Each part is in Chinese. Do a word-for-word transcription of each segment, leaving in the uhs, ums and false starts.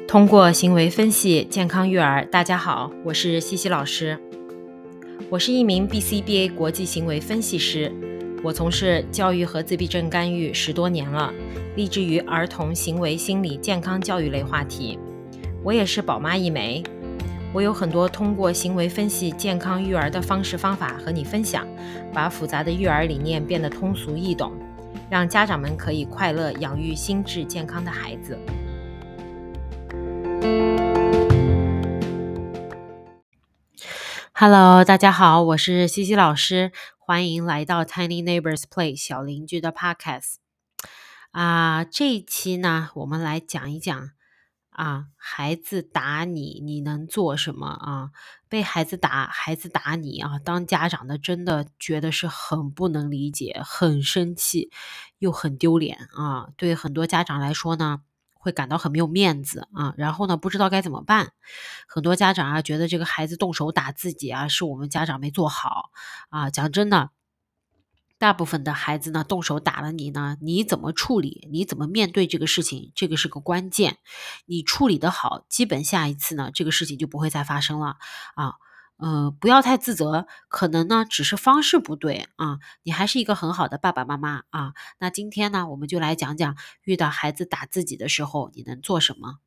通过行为分析健康育儿，大家好，我是西西老师。我是一名 B C B A 国际行为分析师，我从事教育和自闭症干预十多年了，立志于儿童行为心理健康教育类话题。我也是宝妈一枚，我有很多通过行为分析健康育儿的方式方法和你分享，把复杂的育儿理念变得通俗易懂，让家长们可以快乐养育心智健康的孩子。Hello， 大家好，我是西西老师，欢迎来到 Tiny Neighbors Play 小邻居的 Podcast。啊，这一期呢，我们来讲一讲啊，孩子打你，你能做什么啊？被孩子打，孩子打你啊，当家长的真的觉得是很不能理解，很生气，又很丢脸啊。对很多家长来说呢，会感到很没有面子啊，然后呢，不知道该怎么办。很多家长啊，觉得这个孩子动手打自己啊，是我们家长没做好啊。讲真的，大部分的孩子呢，动手打了你呢，你怎么处理？你怎么面对这个事情？这个是个关键。你处理得好，基本下一次呢，这个事情就不会再发生了啊。呃，不要太自责，可能呢只是方式不对啊，你还是一个很好的爸爸妈妈啊。那今天呢，我们就来讲讲遇到孩子打自己的时候，你能做什么？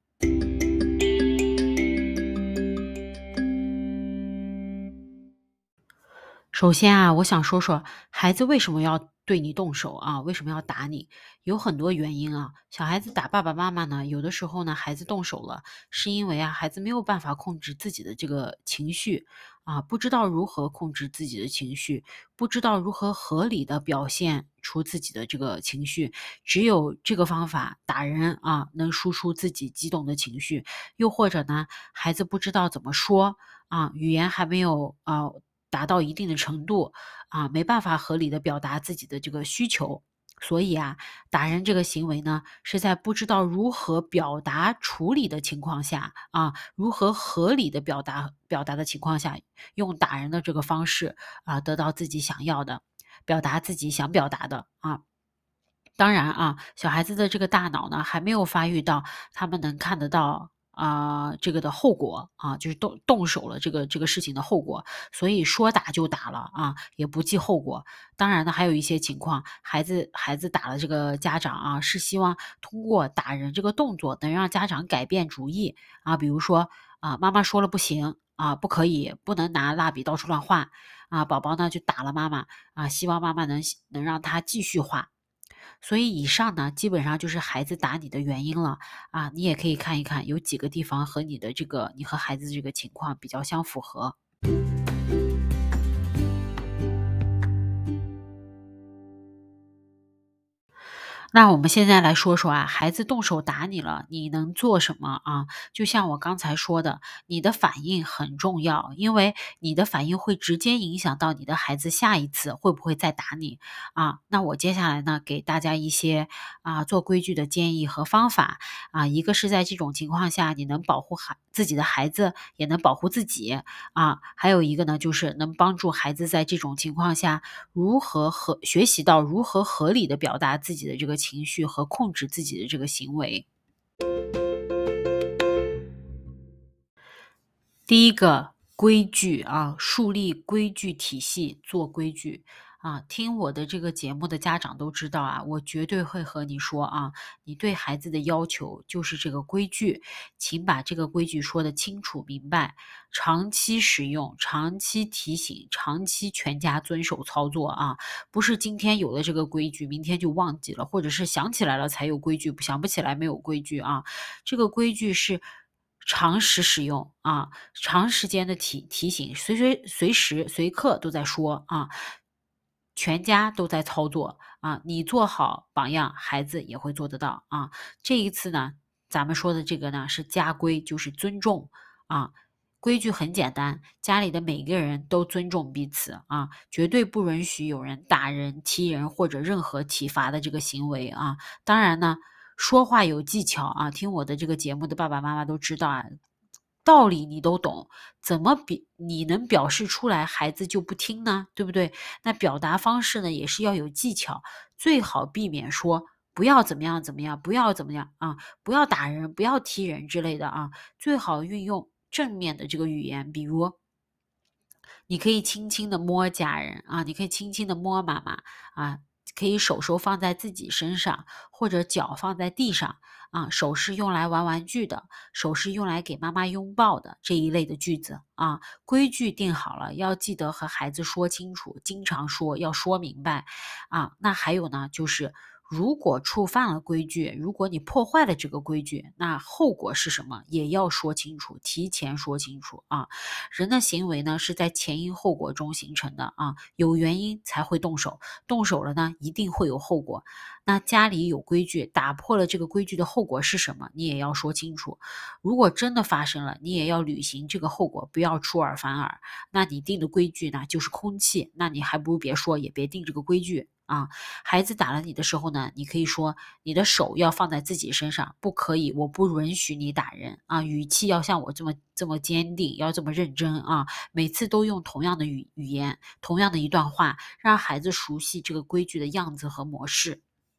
首先啊，我想说说孩子为什么要对你动手啊？为什么要打你？有很多原因啊。小孩子打爸爸妈妈呢，有的时候呢，孩子动手了，是因为啊，孩子没有办法控制自己的这个情绪啊，不知道如何控制自己的情绪，不知道如何合理的表现出自己的这个情绪，只有这个方法打人啊，能输出自己激动的情绪。又或者呢，孩子不知道怎么说啊，语言还没有啊。达到一定的程度啊，没办法合理的表达自己的这个需求，所以啊，打人这个行为呢，是在不知道如何表达处理的情况下啊，如何合理的表达表达的情况下，用打人的这个方式啊，得到自己想要的，表达自己想表达的啊。当然啊，小孩子的这个大脑呢，还没有发育到他们能看得到啊、这个的后果啊，就是动动手了这个这个事情的后果，所以说打就打了啊，也不计后果。当然呢，还有一些情况，孩子孩子打了这个家长啊，是希望通过打人这个动作能让家长改变主意啊，比如说啊，妈妈说了不行啊，不可以，不能拿蜡笔到处乱画啊，宝宝呢就打了妈妈啊，希望妈妈能能让他继续画。所以以上呢，基本上就是孩子打你的原因了啊，你也可以看一看有几个地方和你的这个你和孩子这个情况比较相符合。那我们现在来说说啊，孩子动手打你了，你能做什么啊？就像我刚才说的，你的反应很重要，因为你的反应会直接影响到你的孩子下一次会不会再打你啊。那我接下来呢，给大家一些啊做规矩的建议和方法啊，一个是在这种情况下，你能保护孩自己的孩子，也能保护自己啊，还有一个呢，就是能帮助孩子在这种情况下如何合学习到如何合理的表达自己的这个情绪和控制自己的这个行为。第一个规矩啊，树立规矩体系，做规矩啊。听我的这个节目的家长都知道啊，我绝对会和你说啊，你对孩子的要求就是这个规矩，请把这个规矩说得清楚明白，长期使用，长期提醒，长期全家遵守操作啊，不是今天有了这个规矩，明天就忘记了，或者是想起来了才有规矩，想不起来没有规矩啊。这个规矩是长时使用啊，长时间的提提醒，随随随时随刻都在说啊，全家都在操作啊，你做好榜样，孩子也会做得到啊。这一次呢，咱们说的这个呢是家规，就是尊重啊。规矩很简单，家里的每个人都尊重彼此啊，绝对不允许有人打人、踢人或者任何体罚的这个行为啊。当然呢，说话有技巧啊，听我的这个节目的爸爸妈妈都知道啊，道理你都懂，怎么比你能表示出来，孩子就不听呢？对不对？那表达方式呢，也是要有技巧，最好避免说不要怎么样怎么样，不要怎么样啊，不要打人，不要踢人之类的啊，最好运用正面的这个语言，比如你可以轻轻的摸家人啊，你可以轻轻的摸妈妈啊，可以手手放在自己身上，或者脚放在地上啊，手是用来玩玩具的，手是用来给妈妈拥抱的这一类的句子啊。规矩定好了，要记得和孩子说清楚，经常说，要说明白啊。那还有呢，就是如果触犯了规矩，如果你破坏了这个规矩，那后果是什么，也要说清楚，提前说清楚啊。人的行为呢，是在前因后果中形成的啊，有原因才会动手，动手了呢，一定会有后果。那家里有规矩，打破了这个规矩的后果是什么，你也要说清楚。如果真的发生了，你也要履行这个后果，不要出尔反尔。那你定的规矩呢，就是空气，那你还不如别说，也别定这个规矩啊。孩子打了你的时候呢，你可以说你的手要放在自己身上，不可以，我不允许你打人啊，语气要像我这么这么坚定，要这么认真啊，每次都用同样的语语言，同样的一段话，让孩子熟悉这个规矩的样子和模式。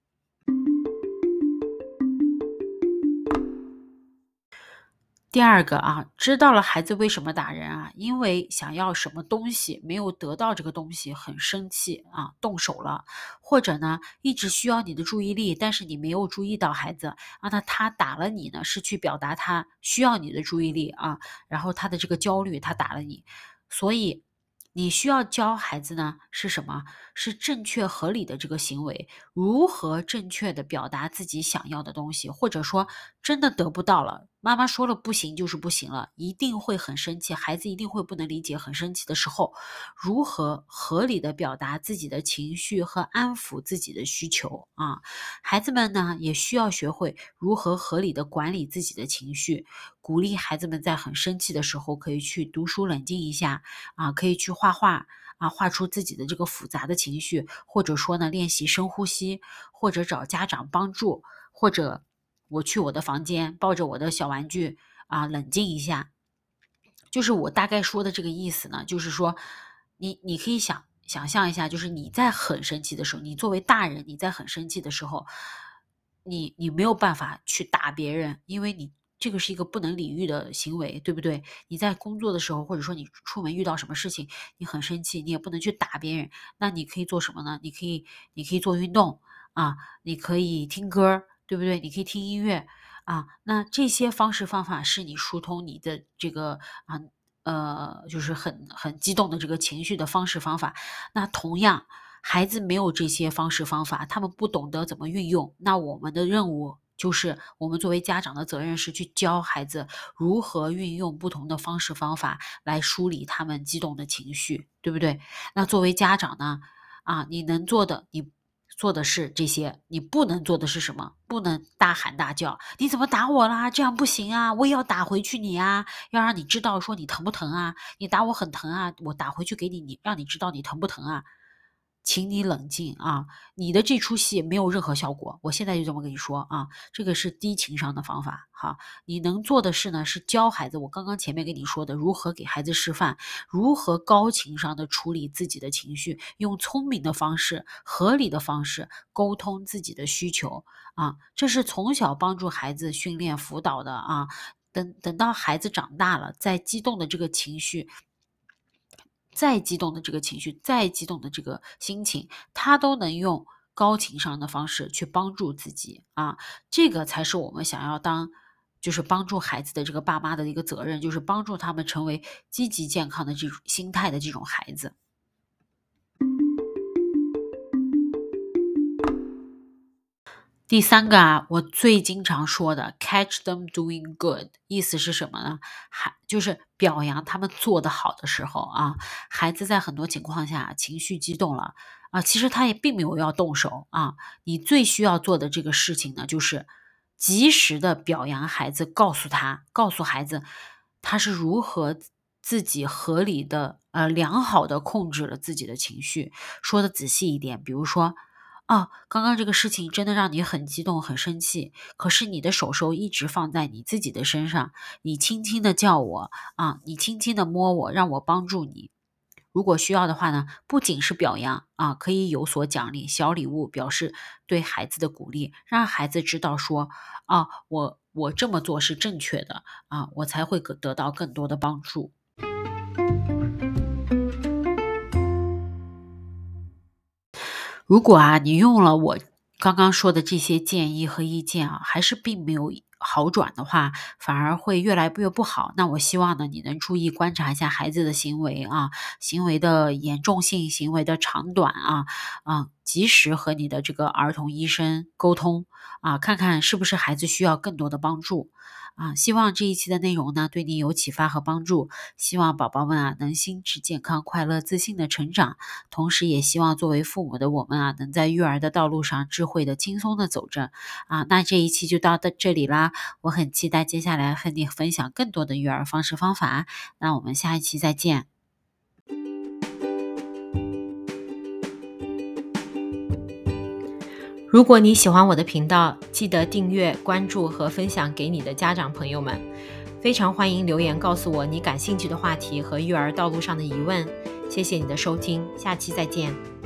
第二个啊，知道了孩子为什么打人啊，因为想要什么东西没有得到这个东西，很生气啊，动手了，或者呢一直需要你的注意力，但是你没有注意到孩子啊，那他打了你呢，是去表达他需要你的注意力啊，然后他的这个焦虑，他打了你，所以你需要教孩子呢是什么？是正确合理的这个行为，如何正确的表达自己想要的东西，或者说真的得不到了，妈妈说了不行就是不行了，一定会很生气，孩子一定会不能理解，很生气的时候，如何合理的表达自己的情绪和安抚自己的需求啊？孩子们呢也需要学会如何合理的管理自己的情绪，鼓励孩子们在很生气的时候可以去读书冷静一下啊，可以去画画。啊，画出自己的这个复杂的情绪，或者说呢，练习深呼吸，或者找家长帮助，或者我去我的房间，抱着我的小玩具啊，冷静一下。就是我大概说的这个意思呢，就是说，你你可以想想象一下，就是你在很生气的时候，你作为大人，你在很生气的时候，你你没有办法去打别人，因为你这个是一个不能理喻的行为，对不对？你在工作的时候，或者说你出门遇到什么事情，你很生气，你也不能去打别人，那你可以做什么呢？你可以你可以做运动啊，你可以听歌儿，对不对？你可以听音乐啊，那这些方式方法是你疏通你的这个啊呃，就是很很激动的这个情绪的方式方法。那同样，孩子没有这些方式方法，他们不懂得怎么运用，那我们的任务就是我们作为家长的责任是去教孩子如何运用不同的方式方法来梳理他们激动的情绪，对不对？那作为家长呢，啊，你能做的，你做的是这些，你不能做的是什么？不能大喊大叫，你怎么打我啦？这样不行啊！我也要打回去你啊！要让你知道说你疼不疼啊？你打我很疼啊！我打回去给你，你让你知道你疼不疼啊？请你冷静啊！你的这出戏没有任何效果，我现在就这么跟你说啊，这个是低情商的方法哈。你能做的事呢，是教孩子，我刚刚前面跟你说的，如何给孩子示范，如何高情商的处理自己的情绪，用聪明的方式、合理的方式沟通自己的需求啊，这是从小帮助孩子训练辅导的啊。等等到孩子长大了，在激动的这个情绪再激动的这个情绪，再激动的这个心情，他都能用高情商的方式去帮助自己啊，这个才是我们想要当就是帮助孩子的这个爸妈的一个责任，就是帮助他们成为积极健康的这种心态的这种孩子。第三个啊，我最经常说的 catch them doing good， 意思是什么呢？还就是表扬他们做得好的时候啊，孩子在很多情况下情绪激动了啊，其实他也并没有要动手啊，你最需要做的这个事情呢，就是及时的表扬孩子，告诉他，告诉孩子他是如何自己合理的呃良好的控制了自己的情绪。说的仔细一点，比如说哦，刚刚这个事情真的让你很激动、很生气，可是你的手手一直放在你自己的身上，你轻轻的叫我啊，你轻轻的摸我，让我帮助你。 如果需要的话呢，不仅是表扬啊，可以有所奖励，小礼物表示对孩子的鼓励，让孩子知道说啊，我我这么做是正确的啊，我才会得到更多的帮助。如果啊，你用了我刚刚说的这些建议和意见啊，还是并没有好转的话，反而会越来越不好。那我希望呢，你能注意观察一下孩子的行为啊，行为的严重性、行为的长短啊，啊，及时和你的这个儿童医生沟通啊，看看是不是孩子需要更多的帮助。啊，希望这一期的内容呢对你有启发和帮助，希望宝宝们啊能心智健康、快乐、自信的成长，同时也希望作为父母的我们啊能在育儿的道路上智慧的、轻松的走着啊。那这一期就到这里啦，我很期待接下来和你分享更多的育儿方式方法，那我们下一期再见。 如果你喜欢我的频道，记得订阅、关注和分享给你的家长朋友们。非常欢迎留言告诉我你感兴趣的话题和育儿道路上的疑问。谢谢你的收听，下期再见。